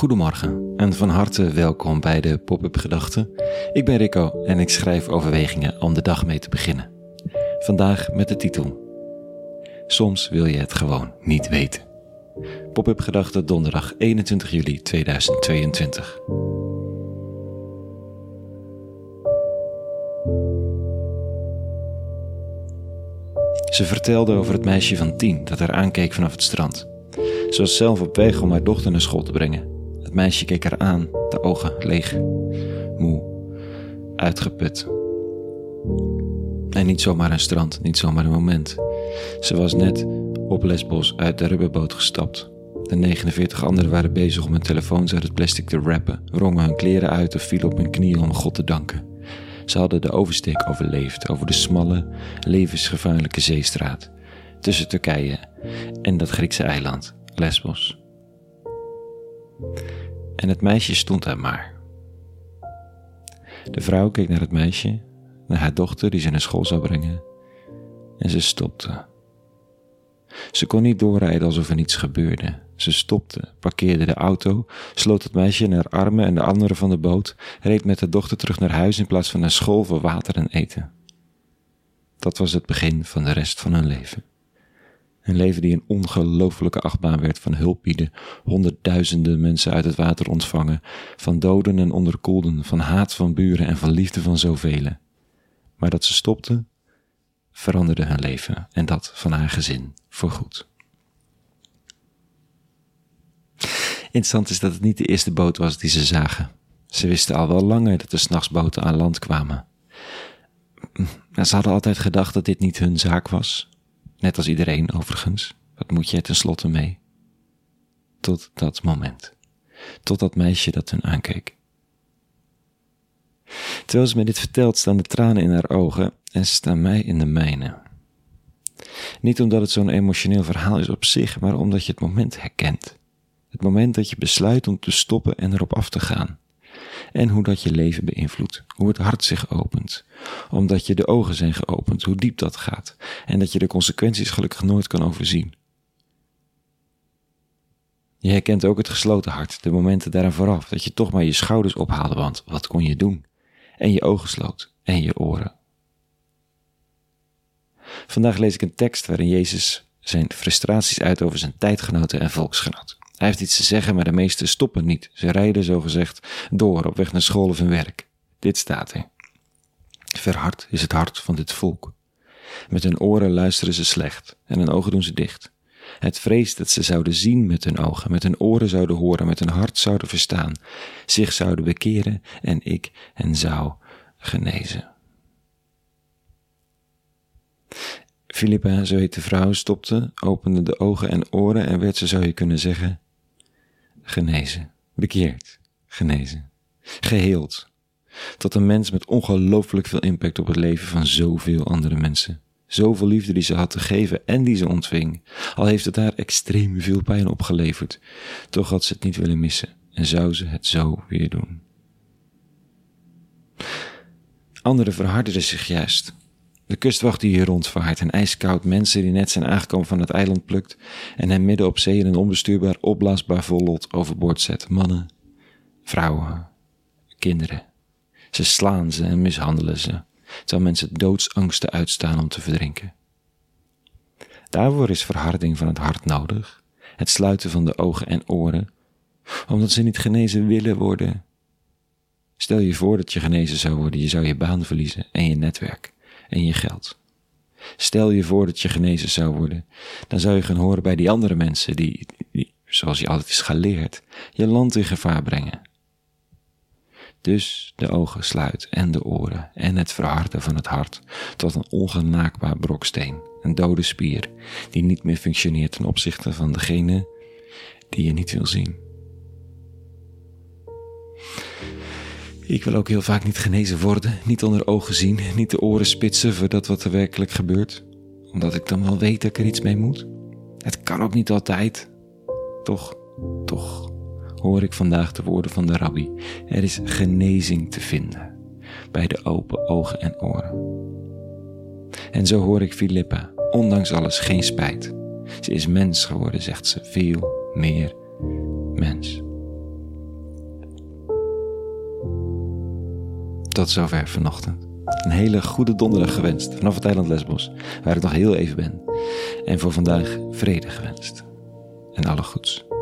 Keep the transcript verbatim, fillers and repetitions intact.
Goedemorgen en van harte welkom bij de Pop-up Gedachten. Ik ben Rico en ik schrijf overwegingen om de dag mee te beginnen. Vandaag met de titel: Soms wil je het gewoon niet weten. Pop-up Gedachten donderdag eenentwintig juli tweeduizend tweeëntwintig. Ze vertelde over het meisje van tien dat haar aankeek vanaf het strand. Ze was zelf op weg om haar dochter naar school te brengen. Het meisje keek haar aan, de ogen leeg, moe, uitgeput. En niet zomaar een strand, niet zomaar een moment. Ze was net op Lesbos uit de rubberboot gestapt. De negenenveertig anderen waren bezig om hun telefoons uit het plastic te wrappen, wrongen hun kleren uit of vielen op hun knieën om God te danken. Ze hadden de oversteek overleefd over de smalle, levensgevaarlijke zeestraat tussen Turkije en dat Griekse eiland, Lesbos. En het meisje stond daar maar. De vrouw keek naar het meisje, naar haar dochter die ze naar school zou brengen, en ze stopte. Ze kon niet doorrijden alsof er niets gebeurde. Ze stopte, parkeerde de auto, sloot het meisje in haar armen en de anderen van de boot, reed met de dochter terug naar huis in plaats van naar school voor water en eten. Dat was het begin van de rest van hun leven. Een leven die een ongelofelijke achtbaan werd van hulp bieden, honderdduizenden mensen uit het water ontvangen, van doden en onderkoelden, van haat van buren en van liefde van zoveel. Maar dat ze stopte, veranderde hun leven en dat van haar gezin voorgoed. Interessant is dat het niet de eerste boot was die ze zagen. Ze wisten al wel langer dat er 's nachts boten aan land kwamen. Ze hadden altijd gedacht dat dit niet hun zaak was. Net als iedereen overigens. Wat moet je er tenslotte mee? Tot dat moment. Tot dat meisje dat hun aankeek. Terwijl ze me dit vertelt, staan de tranen in haar ogen en ze staan mij in de mijne. Niet omdat het zo'n emotioneel verhaal is op zich, maar omdat je het moment herkent. Het moment dat je besluit om te stoppen en erop af te gaan. En hoe dat je leven beïnvloedt, hoe het hart zich opent. Omdat je de ogen zijn geopend, hoe diep dat gaat. En dat je de consequenties gelukkig nooit kan overzien. Je herkent ook het gesloten hart, de momenten daaraan vooraf, dat je toch maar je schouders ophaalde, want wat kon je doen? En je ogen sloot, en je oren. Vandaag lees ik een tekst waarin Jezus zijn frustraties uit over zijn tijdgenoten en volksgenoot. Hij heeft iets te zeggen, maar de meesten stoppen niet. Ze rijden zogezegd door op weg naar school of hun werk. Dit staat er. Verhard is het hart van dit volk. Met hun oren luisteren ze slecht en hun ogen doen ze dicht. Het vreest dat ze zouden zien met hun ogen, met hun oren zouden horen, met hun hart zouden verstaan, zich zouden bekeren en ik hen zou genezen. Philippa, zo heet de vrouw, stopte, opende de ogen en oren en werd, zo zou je kunnen zeggen, genezen, bekeerd, genezen, geheeld. Tot een mens met ongelooflijk veel impact op het leven van zoveel andere mensen. Zoveel liefde die ze had te geven en die ze ontving. Al heeft het haar extreem veel pijn opgeleverd. Toch had ze het niet willen missen en zou ze het zo weer doen. Anderen verharden zich juist. De kustwacht die hier rondvaart en ijskoud mensen die net zijn aangekomen van het eiland plukt en hem midden op zee in een onbestuurbaar, opblaasbaar vol lot overboord zet. Mannen, vrouwen, kinderen. Ze slaan ze en mishandelen ze, terwijl mensen doodsangsten uitstaan om te verdrinken. Daarvoor is verharding van het hart nodig, het sluiten van de ogen en oren, omdat ze niet genezen willen worden. Stel je voor dat je genezen zou worden, je zou je baan verliezen en je netwerk. En je geld. Stel je voor dat je genezen zou worden, dan zou je gaan horen bij die andere mensen die, die, zoals je altijd is geleerd, je land in gevaar brengen. Dus de ogen sluit en de oren en het verharden van het hart tot een ongenaakbaar broksteen, een dode spier die niet meer functioneert ten opzichte van degene die je niet wil zien. Ik wil ook heel vaak niet genezen worden, niet onder ogen zien, niet de oren spitsen voor dat wat er werkelijk gebeurt, omdat ik dan wel weet dat ik er iets mee moet. Het kan ook niet altijd. Toch, toch hoor ik vandaag de woorden van de rabbi. Er is genezing te vinden bij de open ogen en oren. En zo hoor ik Philippa, ondanks alles geen spijt. Ze is mens geworden, zegt ze, veel meer mens. Tot zover vanochtend. Een hele goede donderdag gewenst vanaf het eiland Lesbos, waar ik nog heel even ben. En voor vandaag vrede gewenst. En alle goeds.